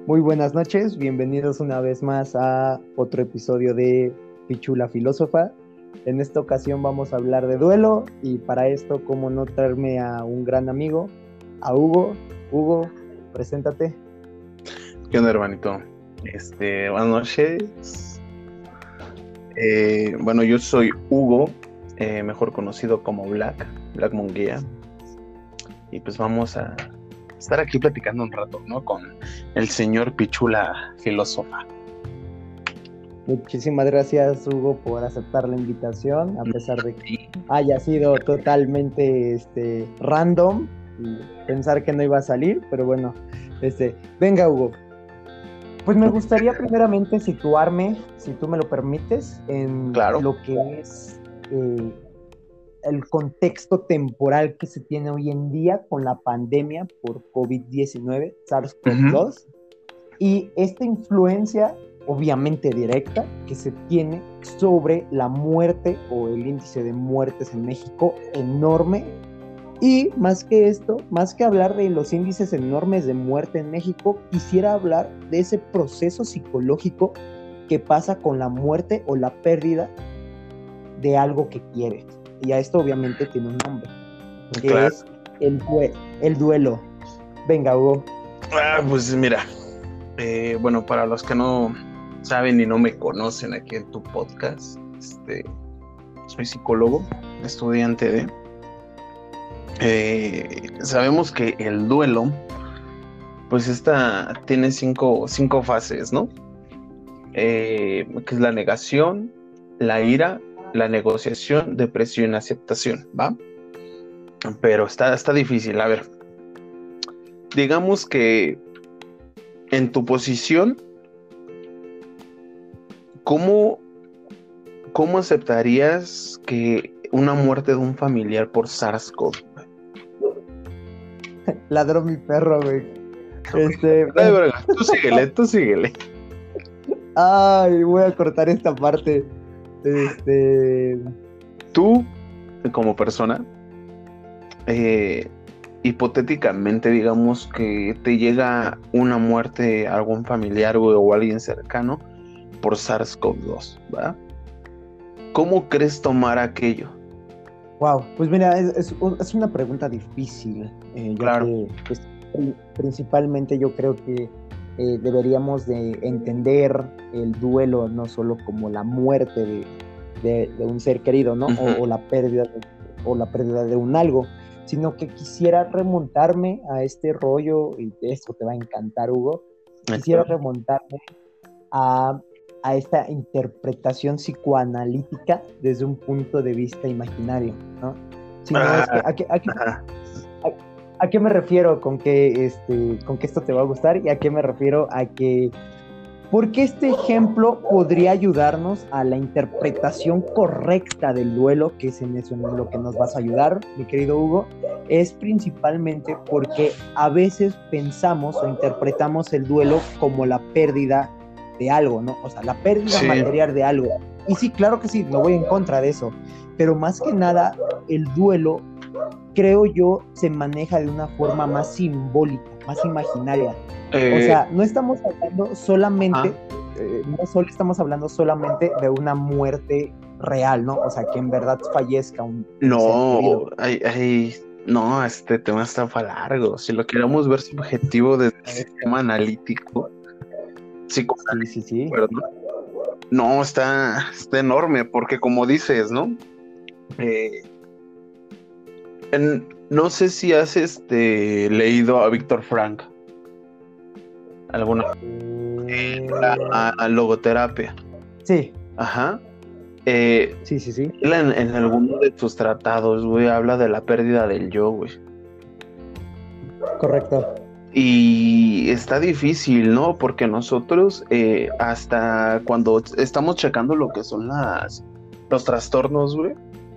Muy buenas noches, bienvenidos una vez más a otro episodio de Pichula Filósofa. En esta ocasión vamos a hablar de duelo y para esto, cómo no traerme a un gran amigo, a Hugo. Hugo, preséntate. ¿Qué onda, hermanito? Buenas noches. Bueno, yo soy Hugo, mejor conocido como Black Munguía. Y pues vamos a estar aquí platicando un rato, ¿no? Con el señor Pichula Filósofa. Muchísimas gracias, Hugo, por aceptar la invitación, a pesar de que haya sido totalmente random y pensar que no iba a salir, pero bueno, venga, Hugo. Pues me gustaría primeramente situarme, si tú me lo permites, en Claro. lo que es el contexto temporal que se tiene hoy en día con la pandemia por COVID-19, SARS-CoV-2, y esta influencia obviamente directa que se tiene sobre la muerte o el índice de muertes en México enorme. Y más que esto, más que hablar de los índices enormes de muerte en México, quisiera hablar de ese proceso psicológico que pasa con la muerte o la pérdida de algo que quieres. Y a esto obviamente tiene un nombre, que Claro. es el duelo. Venga, Hugo. Pues mira, bueno, para los que no saben y no me conocen aquí en tu podcast, soy psicólogo, estudiante sabemos que el duelo, pues tiene cinco fases, ¿no? Que es la negación, la ira, la negociación, depresión y aceptación, ¿va? Pero está difícil. A ver, digamos que en tu posición, ¿cómo aceptarías que una muerte de un familiar por SARS-CoV? Ladró mi perro, güey. Tú síguele. Ay, voy a cortar esta parte. Tú, como persona, hipotéticamente, digamos que te llega una muerte a algún familiar, güey, o alguien cercano por SARS-CoV-2, ¿va? ¿Cómo crees tomar aquello? Wow, pues mira, es una pregunta difícil, Claro. ya que pues, principalmente yo creo que deberíamos de entender el duelo no solo como la muerte de un ser querido, ¿no? Uh-huh. o la pérdida de un algo, sino que quisiera remontarme a este rollo, y esto te va a encantar, Hugo, quisiera remontarme a esta interpretación psicoanalítica desde un punto de vista imaginario, ¿no? Si no, es que, ¿a qué me refiero con que esto te va a gustar? ¿Y a qué me refiero? A que, porque este ejemplo podría ayudarnos a la interpretación correcta del duelo, que es en eso en lo que nos vas a ayudar, mi querido Hugo, es principalmente porque a veces pensamos o interpretamos el duelo como la pérdida de algo, ¿no? O sea, la pérdida material de algo. Y sí, claro que sí, no voy en contra de eso, pero más que nada, el duelo, creo yo, se maneja de una forma más simbólica, más imaginaria. O sea, no estamos hablando solamente, no solo estamos hablando solamente de una muerte real, ¿no? O sea, que en verdad fallezca un no, no, este tema está para largo. Si lo queremos ver subjetivo desde el sistema analítico, psicoanalítico, sí. No, está enorme, porque como dices, ¿no? No sé si has leído a Víctor Frank alguna a logoterapia. Sí. Ajá. Sí. Él en alguno de sus tratados, güey, habla de la pérdida del yo, güey. Correcto. Y está difícil, ¿no? Porque nosotros, hasta cuando estamos checando lo que son los trastornos, güey,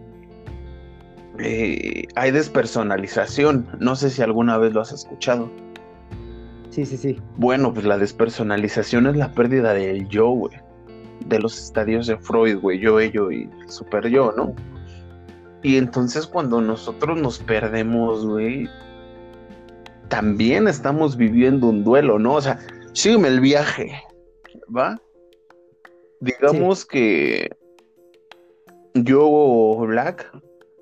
hay despersonalización. No sé si alguna vez lo has escuchado. Sí. Bueno, pues la despersonalización es la pérdida del yo, güey. De los estadios de Freud, güey, yo, ello y super yo, ¿no? Y entonces cuando nosotros nos perdemos, güey, también estamos viviendo un duelo, ¿no? O sea, sígueme el viaje, ¿va? Digamos que yo, Black,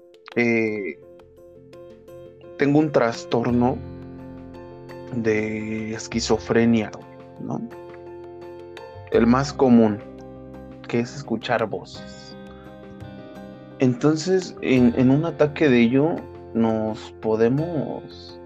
tengo un trastorno de esquizofrenia, ¿no? El más común, que es escuchar voces. Entonces, en un ataque de ello, nos podemos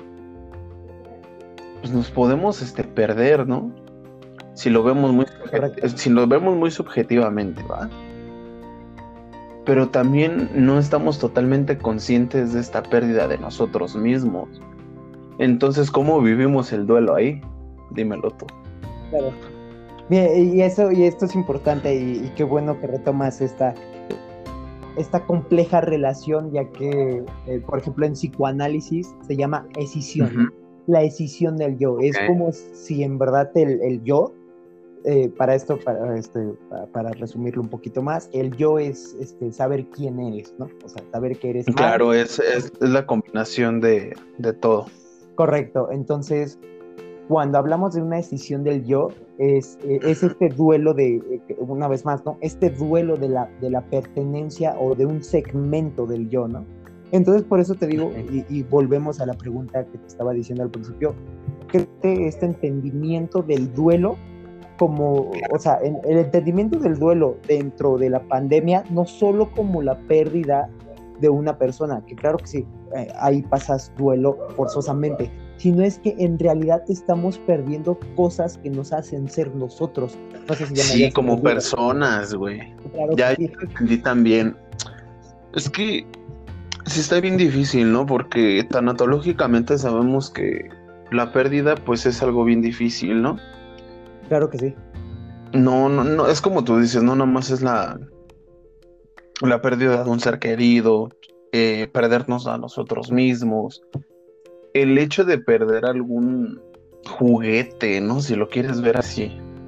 perder, ¿no? Si lo vemos muy subjetivamente, ¿va? Pero también no estamos totalmente conscientes de esta pérdida de nosotros mismos. Entonces, ¿cómo vivimos el duelo ahí? Dímelo tú. Claro. Bien, y esto es importante y qué bueno que retomas esta compleja relación, ya que, por ejemplo, en psicoanálisis se llama escisión, Uh-huh. la escisión del yo. Okay. Es como si en verdad el yo, para resumirlo un poquito más, el yo es saber quién eres, ¿no? O sea, saber que eres. Claro, es la combinación de todo. Correcto. Entonces, cuando hablamos de una escisión del yo, es este duelo una vez más, ¿no? Este duelo de la pertenencia o de un segmento del yo, ¿no? Entonces, por eso te digo, y volvemos a la pregunta que te estaba diciendo al principio, creo que este entendimiento del duelo, o sea, el entendimiento del duelo dentro de la pandemia, no solo como la pérdida de una persona, que claro que sí, ahí pasas duelo forzosamente, sino es que en realidad estamos perdiendo cosas que nos hacen ser nosotros. No sé si ya me sí, como perdido. Personas, güey. Claro ya sí. Entendí también. Es que sí está bien difícil, ¿no? Porque tanatológicamente sabemos que la pérdida, pues, es algo bien difícil, ¿no? Claro que sí. No, es como tú dices, no nomás es la pérdida de un ser querido, perdernos a nosotros mismos. El hecho de perder algún juguete, ¿no? Si lo quieres ver así.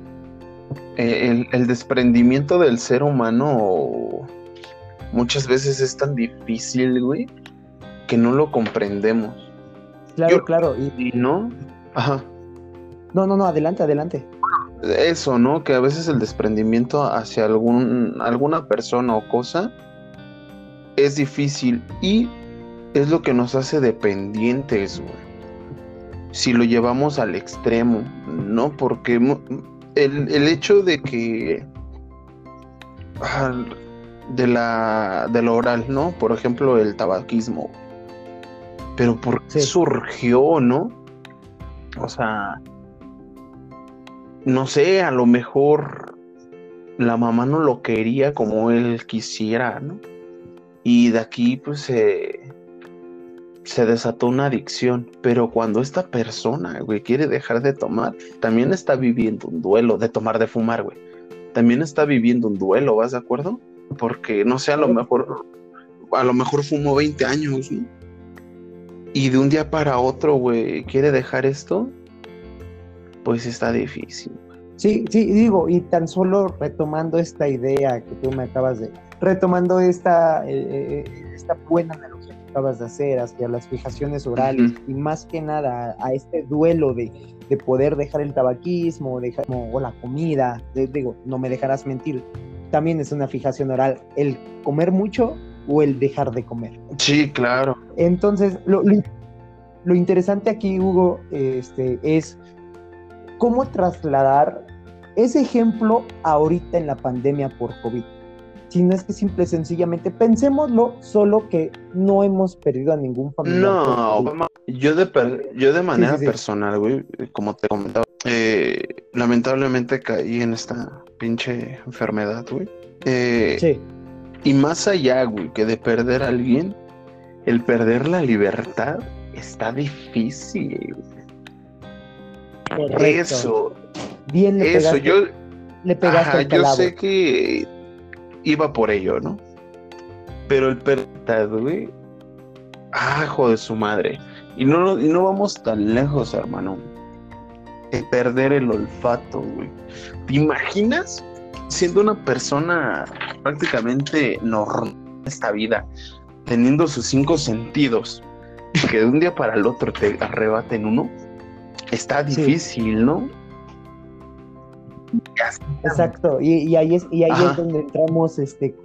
El desprendimiento del ser humano muchas veces es tan difícil, güey, que no lo comprendemos. Claro, claro. Y no. Ajá. No, adelante. Eso, ¿no? Que a veces el desprendimiento hacia alguna persona o cosa es difícil y es lo que nos hace dependientes, güey. Si lo llevamos al extremo, ¿no? Porque el hecho de que de lo oral, ¿no? Por ejemplo, el tabaquismo. Pero ¿por qué surgió, no? O sea, no sé, a lo mejor la mamá no lo quería como él quisiera, ¿no? Y de aquí, pues, se desató una adicción. Pero cuando esta persona, güey, quiere dejar de tomar, también está viviendo un duelo, de tomar, de fumar, güey. También está viviendo un duelo, ¿vas de acuerdo? Porque, no sé, a lo mejor fumó 20 años, ¿no? Y de un día para otro, güey, quiere dejar esto, pues está difícil. Sí, digo, y tan solo retomando esta idea que tú me acabas de... Retomando esta buena analogía que acabas de hacer hacia las fijaciones orales, uh-huh. Y más que nada a este duelo de poder dejar el tabaquismo o la comida, digo, no me dejarás mentir, también es una fijación oral, el comer mucho o el dejar de comer. Sí, claro. Entonces, lo interesante aquí, Hugo, es cómo trasladar ese ejemplo ahorita en la pandemia por COVID. Si no es que simple y sencillamente pensémoslo, solo que no hemos perdido a ningún familiar. No, yo de manera personal, güey, como te comentaba, lamentablemente caí en esta pinche enfermedad, güey. Sí. Y más allá, güey, que de perder a alguien, el perder la libertad está difícil. Correcto. Eso. Bien le pegaste. Eso, le pegaste el yo sé que iba por ello, ¿no? Pero el perder, güey, hijo de su madre. Y no vamos tan lejos, hermano. El perder el olfato, güey. ¿Te imaginas siendo una persona prácticamente normal en esta vida, teniendo sus 5 sentidos, y que de un día para el otro te arrebaten uno? Está difícil, ¿no? Exacto, y ahí Ajá. es donde entramos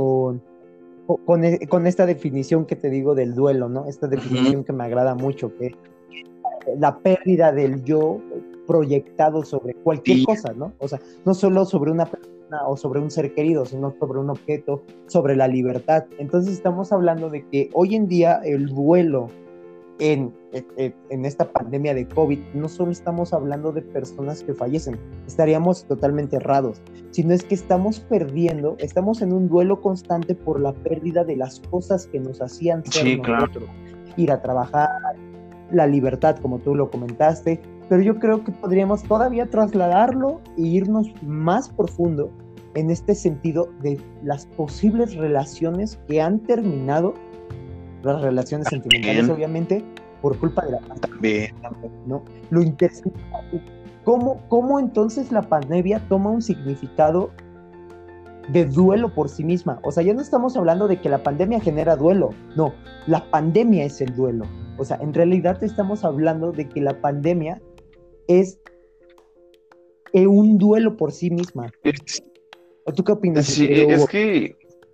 con esta definición que te digo del duelo, ¿no? Esta Ujú. definición que me agrada mucho, que es la pérdida del yo proyectado sobre cualquier Sí, cosa, ¿no? O sea, no solo sobre una persona o sobre un ser querido, sino sobre un objeto, sobre la libertad. Entonces estamos hablando de que hoy en día el duelo en esta pandemia de COVID, no solo estamos hablando de personas que fallecen, estaríamos totalmente errados, sino es que estamos perdiendo, estamos en un duelo constante por la pérdida de las cosas que nos hacían ser sí, claro. nosotros, ir a trabajar, la libertad, como tú lo comentaste, pero yo creo que podríamos todavía trasladarlo e irnos más profundo en este sentido de las posibles relaciones que han terminado, las relaciones sentimentales Bien, obviamente, por culpa de la pandemia, bien. ¿no? Lo interesante es cómo entonces la pandemia toma un significado de duelo por sí misma. O sea, ya no estamos hablando de que la pandemia genera duelo, no, la pandemia es el duelo. O sea, en realidad estamos hablando de que la pandemia es un duelo por sí misma. Es- ¿O tú qué opinas, mi sí, querido es Hugo? que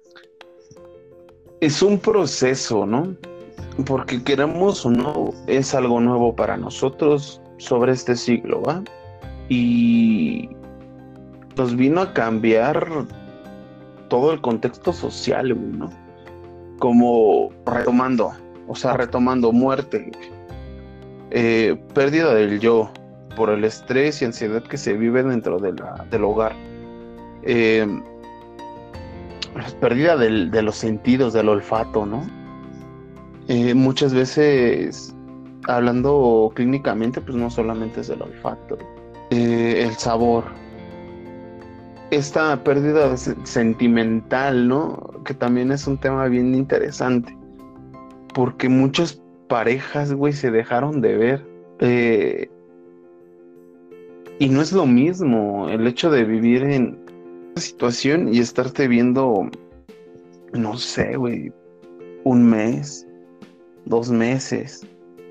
es un proceso, ¿no? Porque queramos o no, es algo nuevo para nosotros sobre este siglo, ¿va? Y nos vino a cambiar todo el contexto social, güey, ¿no? Como retomando, o sea, retomando muerte, pérdida del yo por el estrés y ansiedad que se vive dentro del hogar. Eh, pérdida de los sentidos, del olfato, ¿no? Muchas veces, hablando clínicamente, pues no solamente es el olfato, el sabor, esta pérdida sentimental, ¿no? Que también es un tema bien interesante, porque muchas parejas, güey, se dejaron de ver. eh, y no es lo mismo el hecho de vivir en una situación y estarte viendo, no sé, güey, un mes, 2 meses.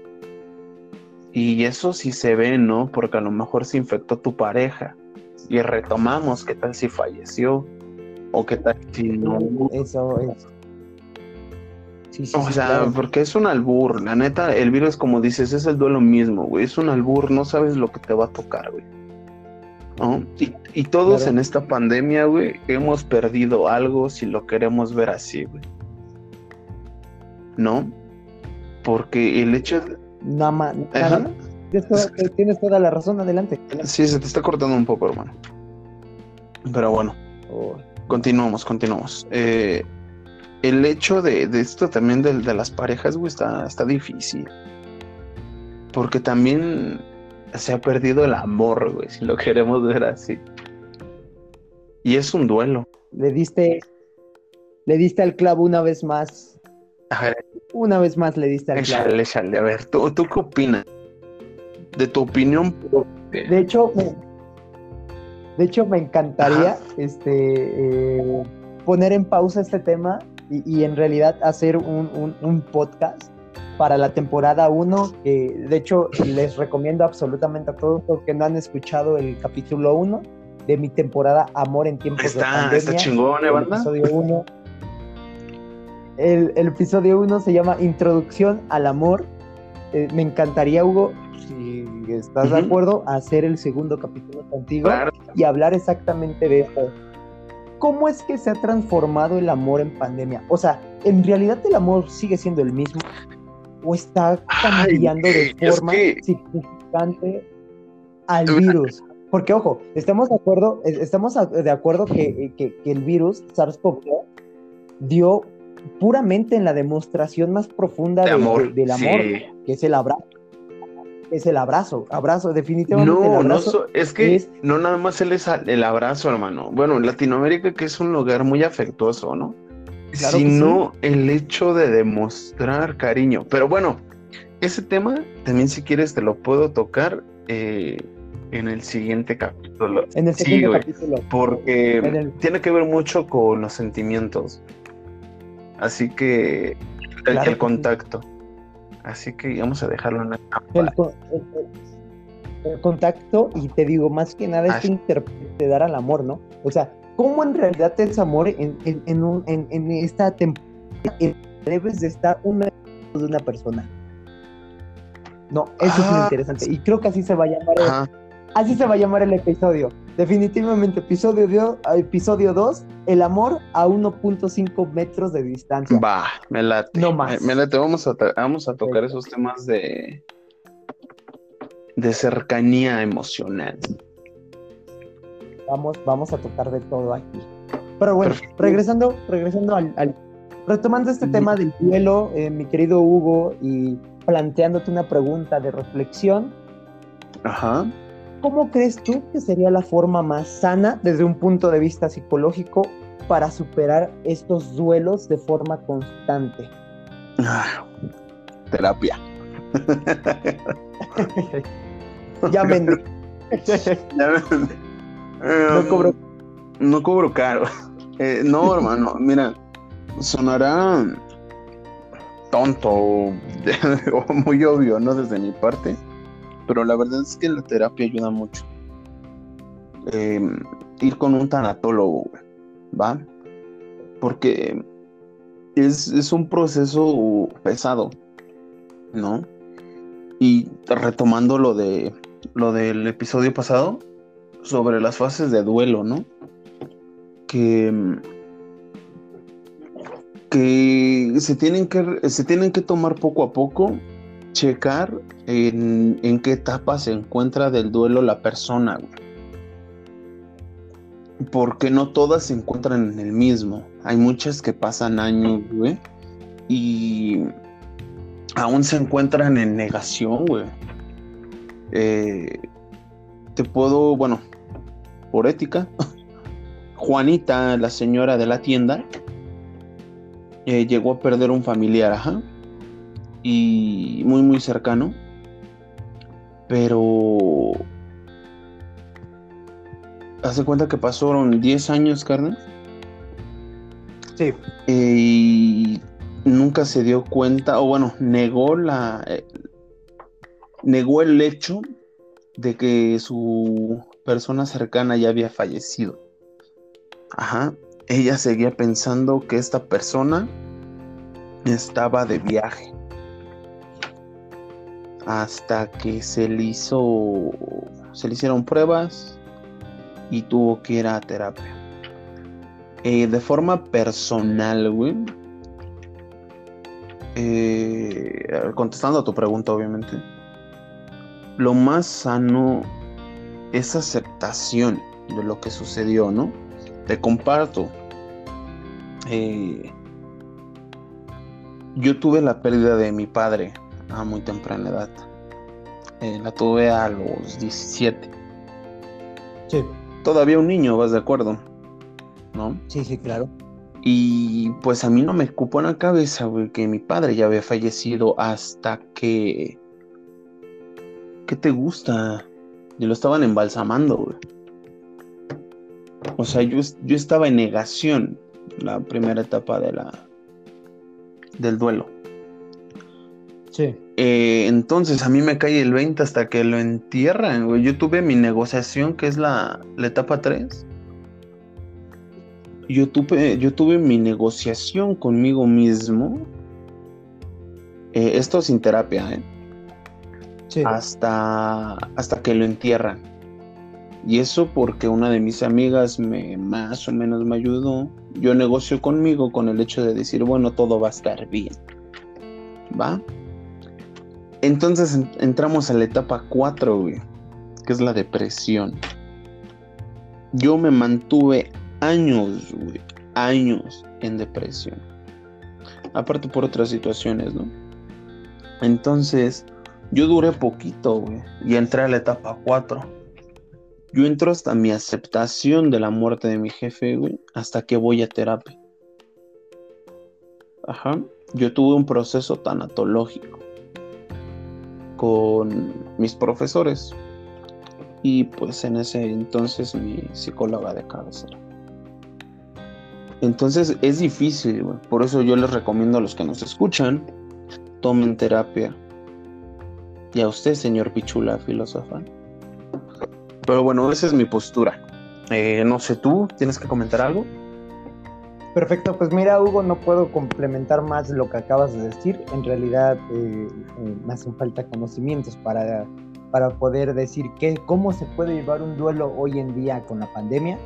Y eso sí se ve, ¿no? Porque a lo mejor se infectó tu pareja. Y retomamos, ¿qué tal si falleció? ¿O qué tal si no? Eso es. Sí, sí, O sí, sea, claro. porque es un albur. La neta, el virus, como dices, es el duelo mismo, güey. Es un albur, no sabes lo que te va a tocar, güey. ¿No? Y todos Claro. en esta pandemia, güey, hemos perdido algo si lo queremos ver así, güey. ¿No? Porque el hecho de... Nada Ajá. más. Tienes toda la razón, adelante. Sí, se te está cortando un poco, hermano. Pero bueno, Oh, continuamos. El hecho de esto también de las parejas, güey, está difícil. Porque también se ha perdido el amor, güey, si lo queremos ver así. Y es un duelo. le diste al clavo una vez más. A ver, Una vez más le diste al clavo. échale. A ver, ¿tú qué opinas? De tu opinión propia. De hecho, me Ajá. encantaría poner en pausa este tema y en realidad hacer un podcast para la temporada 1, que de hecho les recomiendo absolutamente a todos los que no han escuchado el capítulo 1 de mi temporada Amor en tiempos de Está pandemia. chingón, El banda. episodio 1 el episodio 1 se llama Introducción al Amor. Me encantaría, Hugo, si estás de Ujú. acuerdo, hacer el segundo capítulo contigo Claro. y hablar exactamente de eso. ¿Cómo es que se ha transformado el amor en pandemia? O sea, ¿en realidad el amor sigue siendo el mismo o está Ay, cambiando de güey, es forma que... significante al virus? Porque, ojo, estamos de acuerdo que el virus SARS-CoV-2 dio puramente en la demostración más profunda De amor, del amor, sí. que es el abrazo. Es el abrazo, definitivamente el No, no, abrazo es que es, no nada más el abrazo, hermano. Bueno, en Latinoamérica, que es un lugar muy afectuoso, ¿no? claro que sí, Sino el hecho de demostrar cariño. Pero bueno, ese tema también, si quieres, te lo puedo tocar en el siguiente capítulo. en el Sí, segundo güey, capítulo, en porque el, tiene que ver mucho con los sentimientos. Así que el claro que sí, contacto. Así que vamos a dejarlo en esta el, parte. co- el- contacto, y te digo, más que nada, este intérprete de dar al amor, ¿no? O sea, ¿cómo en realidad es amor en esta temporada? Debes de estar de una persona. No, eso es lo interesante. Y creo que así se va a llamar el episodio. Definitivamente, episodio 2, el amor a 1.5 metros de distancia. Va, me late. No más. Me late, vamos a tocar esos temas de cercanía emocional. Vamos a tocar de todo aquí. Pero bueno, regresando retomando este tema del duelo, mi querido Hugo, y planteándote una pregunta de reflexión. Ajá. ¿Cómo crees tú que sería la forma más sana, desde un punto de vista psicológico, para superar estos duelos de forma constante? Terapia. Llámenme. No cobro caro. No, hermano, mira, sonará tonto o muy obvio, ¿no? Desde mi parte, pero la verdad es que la terapia ayuda mucho. Ir con un tanatólogo, ¿va? Porque es un proceso pesado, ¿no? Y retomando lo del episodio pasado sobre las fases de duelo, ¿no? Que se tienen que tomar poco a poco, checar en qué etapa se encuentra del duelo la persona, güey. Porque no todas se encuentran en el mismo. Hay muchas que pasan años, güey, y aún se encuentran en negación, güey. Bueno, por ética, Juanita, la señora de la tienda, llegó a perder un familiar, ajá, y muy muy cercano, pero hace cuenta que pasaron 10 años, carnal. Sí. Y nunca se dio cuenta, o bueno, negó el hecho de que su persona cercana ya había fallecido. Ajá. Ella seguía pensando que esta persona estaba de viaje. Hasta que se le hicieron pruebas y tuvo que ir a terapia. De forma personal, güey. Contestando a tu pregunta, obviamente. Lo más sano es aceptación de lo que sucedió, ¿no? Te comparto. Yo tuve la pérdida de mi padre a muy temprana edad. La tuve a los 17. Sí. Todavía un niño, ¿vas de acuerdo? ¿No? Sí, claro. Y pues a mí no me ocupó en la cabeza, güey, que mi padre ya había fallecido hasta que... ¿Qué te gusta? Y lo estaban embalsamando, güey. O sea, yo estaba en negación la primera etapa del duelo. Sí. Entonces a mí me cae el 20 hasta que lo entierran, güey. Yo tuve mi negociación, que es la etapa 3. Yo tuve mi negociación conmigo mismo. Esto sin terapia, Sí. Hasta que lo entierran. Y eso porque una de mis amigas más o menos me ayudó. Yo negocio conmigo con el hecho de decir, bueno, todo va a estar bien. ¿Va? Entonces entramos a la etapa 4, güey, que es la depresión. Yo me mantuve años en depresión. Aparte por otras situaciones, ¿no? Entonces, yo duré poquito, güey, y entré a la etapa 4. Yo entro hasta mi aceptación de la muerte de mi jefe, güey, hasta que voy a terapia. Ajá. Yo tuve un proceso tanatológico con mis profesores y pues en ese entonces mi psicóloga de cabecera. Entonces es difícil, güey. Por eso yo les recomiendo a los que nos escuchan, tomen terapia. Y a usted, señor Pichula filósofa, Pero bueno, esa es mi postura. No sé, ¿tú tienes que comentar algo? Perfecto, pues mira, Hugo, no puedo complementar más lo que acabas de decir. En realidad me hacen falta conocimientos para poder decir cómo se puede llevar un duelo hoy en día con la pandemia.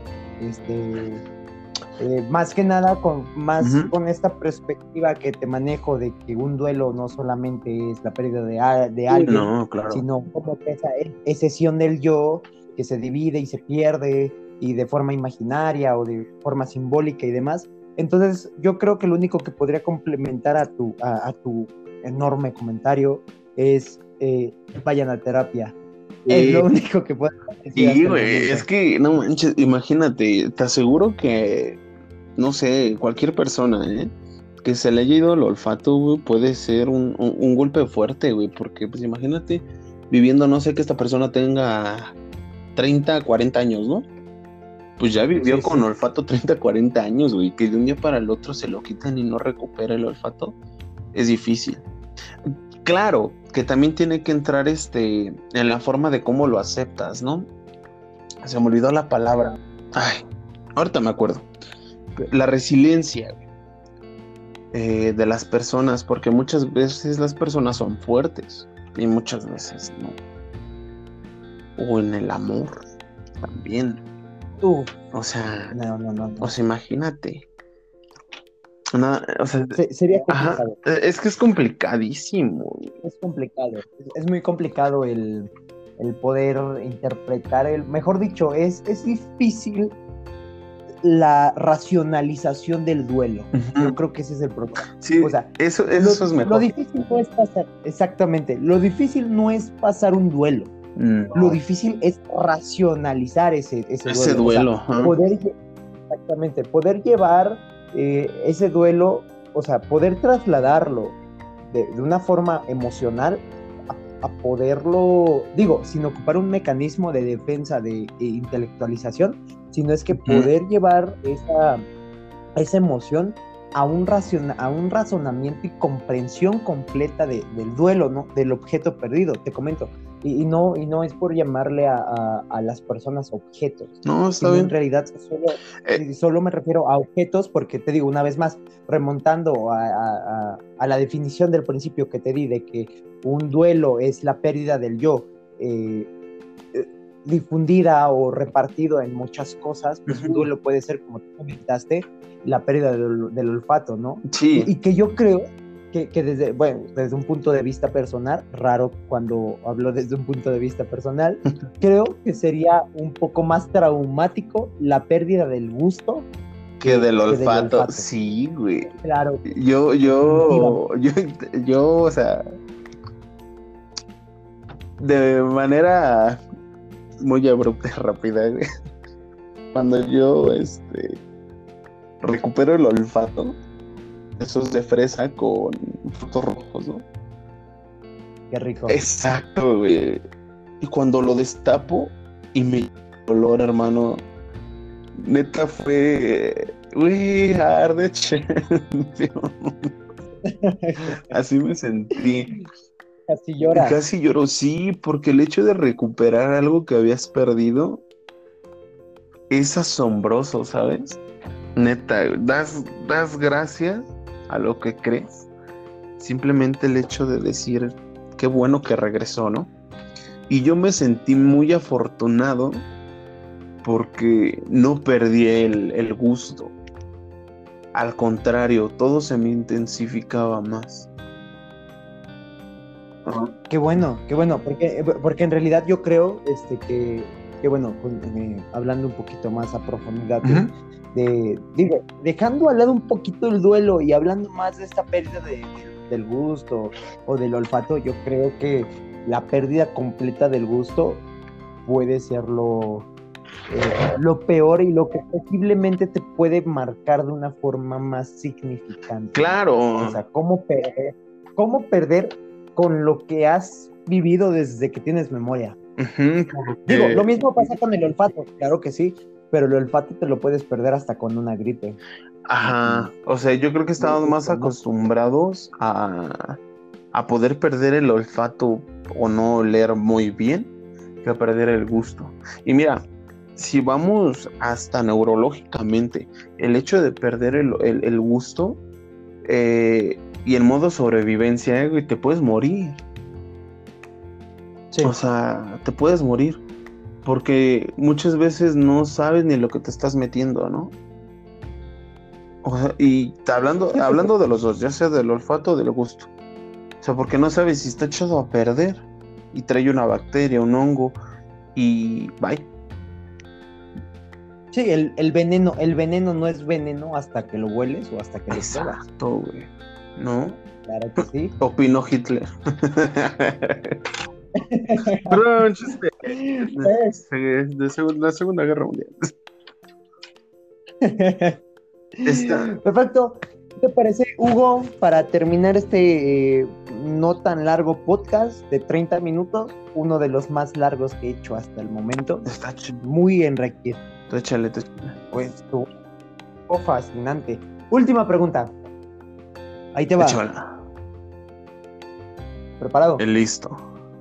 Más que nada con esta perspectiva que te manejo de que un duelo no solamente es la pérdida de alguien, no, claro, sino como que esa escisión del yo que se divide y se pierde y de forma imaginaria o de forma simbólica y demás. Entonces yo creo que lo único que podría complementar a tu enorme comentario es vayan a terapia. Es lo único que puedo decir. Sí, güey, es que no manches, imagínate, te aseguro que, no sé, cualquier persona, que se le haya ido el olfato, güey, puede ser un golpe fuerte, güey, porque pues imagínate viviendo, no sé, que esta persona tenga 30, 40 años, ¿no? Pues ya vivió con olfato 30, 40 años, güey, que de un día para el otro se lo quitan y no recupera el olfato, es difícil. Claro, que también tiene que entrar en la forma de cómo lo aceptas, ¿no? Se me olvidó la palabra. Ay, ahorita me acuerdo. La resiliencia de las personas, porque muchas veces las personas son fuertes y muchas veces no. O en el amor también. O sea, no. O sea, imagínate. O sea, sería complicado. Es que es complicadísimo. Es complicado. Es muy complicado el poder interpretar mejor dicho, es difícil la racionalización del duelo. Yo creo que ese es el problema. Sí, o sea, eso es mejor. Lo difícil no es pasar, exactamente, lo difícil no es pasar un duelo. No. Lo difícil es racionalizar ese duelo. Ese duelo. O sea, poder llevar ese duelo, o sea, poder trasladarlo de una forma emocional a poderlo, digo, sin ocupar un mecanismo de defensa de intelectualización, sino es que poder llevar esa emoción a un razonamiento y comprensión completa del duelo, ¿no? Del objeto perdido, te comento. Y no es por llamarle a las personas objetos. No, está bien. En realidad solo me refiero a objetos porque te digo, una vez más, remontando a la definición del principio que te di de que un duelo es la pérdida del yo difundida o repartido en muchas cosas, pues un duelo puede ser, como tú comentaste, la pérdida del olfato, ¿no? Sí. Y que yo creo que desde un punto de vista personal, raro cuando hablo desde un punto de vista personal, creo que sería un poco más traumático la pérdida del gusto que del olfato. Sí, güey. Claro. Yo, o sea, de manera muy abrupta y rápida, güey. Cuando yo, recupero el olfato, esos de fresa con frutos rojos, ¿no? Qué rico. Exacto, güey. Y cuando lo destapo y me olor, hermano, neta fue, güey, arde. Así me sentí. Casi lloras. Casi lloro, sí, porque el hecho de recuperar algo que habías perdido es asombroso, ¿sabes? Neta, das gracias a lo que crees. Simplemente el hecho de decir qué bueno que regresó, ¿no? Y yo me sentí muy afortunado porque no perdí el gusto. Al contrario, todo se me intensificaba más. Qué bueno, porque en realidad yo creo que bueno, hablando un poquito más a profundidad digo, dejando al lado un poquito el duelo y hablando más de esta pérdida del gusto o del olfato, yo creo que la pérdida completa del gusto puede ser lo peor y lo que posiblemente te puede marcar de una forma más significante. Claro. O sea, cómo perder con lo que has vivido desde que tienes memoria. Digo, lo mismo pasa con el olfato, claro que sí, pero el olfato te lo puedes perder hasta con una gripe. Ajá, o sea, yo creo que estamos más acostumbrados a poder perder el olfato o no oler muy bien que perder el gusto. Y mira, si vamos hasta neurológicamente, el hecho de perder el gusto y en modo sobrevivencia, güey, te puedes morir. Sí. O sea, te puedes morir. Porque muchas veces no sabes ni lo que te estás metiendo, ¿no? O sea, y hablando de los dos, ya sea del olfato o del gusto. O sea, porque no sabes si está echado a perder y trae una bacteria, un hongo y bye. Sí, el veneno no es veneno hasta que lo hueles o hasta que lo pruebas. Exacto, güey. ¿No? Claro que sí. Opinó Hitler. Perdón, chiste. De la Segunda Guerra Mundial. Perfecto. ¿Qué te parece, Hugo, para terminar este no tan largo podcast de 30 minutos? Uno de los más largos que he hecho hasta el momento. Está chido. Muy enriquecido. Échale. Pues estuvo fascinante. Última pregunta. Ahí te va. Échala. ¿Preparado? Listo.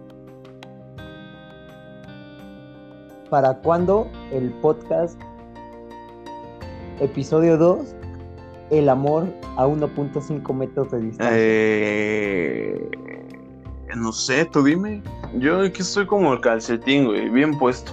¿Para cuándo el podcast episodio 2? El amor a 1.5 metros de distancia. No sé, tú dime. Yo aquí estoy como el calcetín, güey, bien puesto.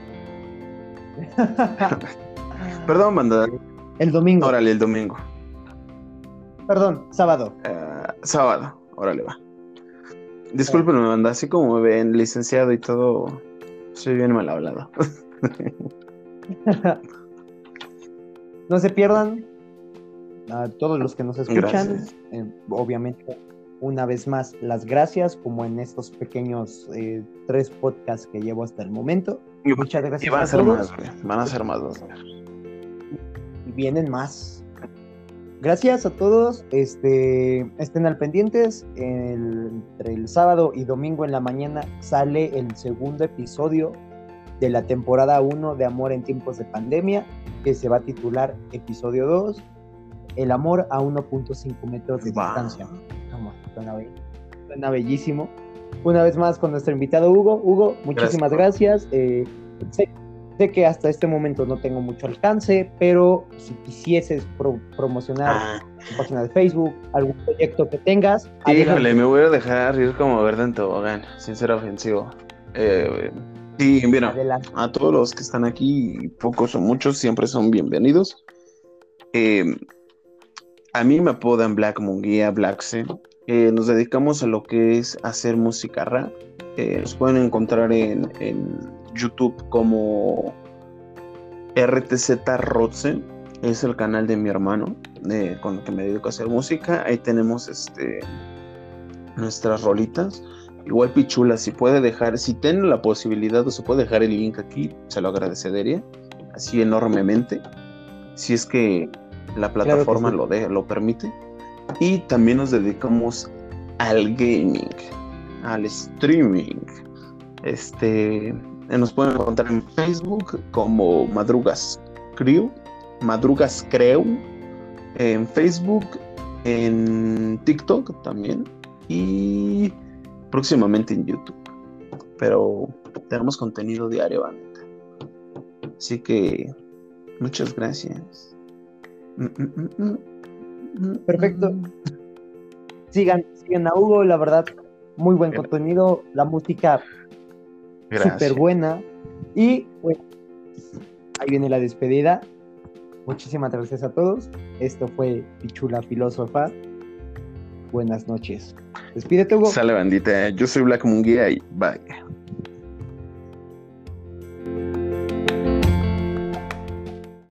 Perdón, banda. El domingo. Órale, el domingo. Perdón, sábado. Sábado, órale, va. Discúlpenme, banda, así como me ven, licenciado y todo, soy bien mal hablado. No se pierdan a todos los que nos escuchan. Obviamente, una vez más, las gracias, como en estos pequeños 3 podcasts que llevo hasta el momento. Muchas gracias. Y van a ser más, güey. Van a ser más, güey. Y vienen más. Gracias a todos. Estén al pendientes. Entre el sábado y domingo en la mañana sale el segundo episodio de la temporada 1 de Amor en Tiempos de Pandemia, que se va a titular episodio 2, El amor a 1.5 metros de distancia. Suena bellísimo. Una vez más con nuestro invitado Hugo. Hugo, muchísimas gracias. Sé que hasta este momento no tengo mucho alcance, pero si quisieses promocionar tu página de Facebook, algún proyecto que tengas. Híjole, adelante. me voy a dejar ir como verde en tobogán, sin ser ofensivo. Sí, mira, Adelante. a todos los que están aquí, pocos o muchos, siempre son bienvenidos. A mí me apodan Black Munguía, Black C. Nos dedicamos a lo que es hacer música rap. Nos pueden encontrar en YouTube como RTZ Rotze, es el canal de mi hermano con el que me dedico a hacer música. Ahí tenemos nuestras rolitas. Igual Pichula, si puede dejar, si tiene la posibilidad o se puede dejar el link aquí, se lo agradecería así enormemente, si es que la plataforma Claro que sí. lo permite. Y también nos dedicamos al gaming, al streaming. Nos pueden encontrar en Facebook como Madrugas Creo, en Facebook, en TikTok también y próximamente en YouTube. Pero tenemos contenido diario, bandita. Así que muchas gracias. Perfecto. Sigan a Hugo, la verdad, muy buen contenido, la música súper buena. Y bueno, ahí viene la despedida. Muchísimas gracias a todos. Esto fue Pichula Filósofa. Buenas noches. Despídete, Hugo. Sale, bandita. Yo soy Black Munguía y bye.